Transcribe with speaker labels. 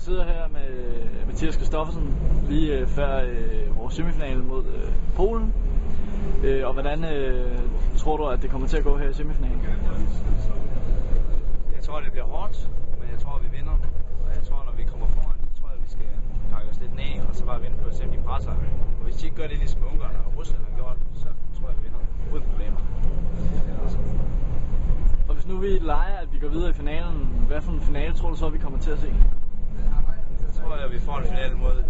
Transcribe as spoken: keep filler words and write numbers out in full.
Speaker 1: sidder her med Mathias Christoffersen lige øh, før øh, vores semifinale mod øh, Polen. Øh, og hvordan øh, tror du, at det kommer til at gå her i semifinalen?
Speaker 2: Jeg tror, det bliver hårdt, men jeg tror, vi vinder. Og jeg tror, når vi kommer foran, så tror jeg, vi skal pakke os lidt ned, og så bare vente på at se, om de presser. Og hvis de ikke gør det, ligesom Ungarn og Rusland har gjort, så tror jeg, vi vinder. Uden problemer.
Speaker 1: Og hvis nu vi leger, at vi går videre i finalen, hvad for en finale tror du så, vi kommer til at se?
Speaker 2: Så tror jeg, at vi får en finale mod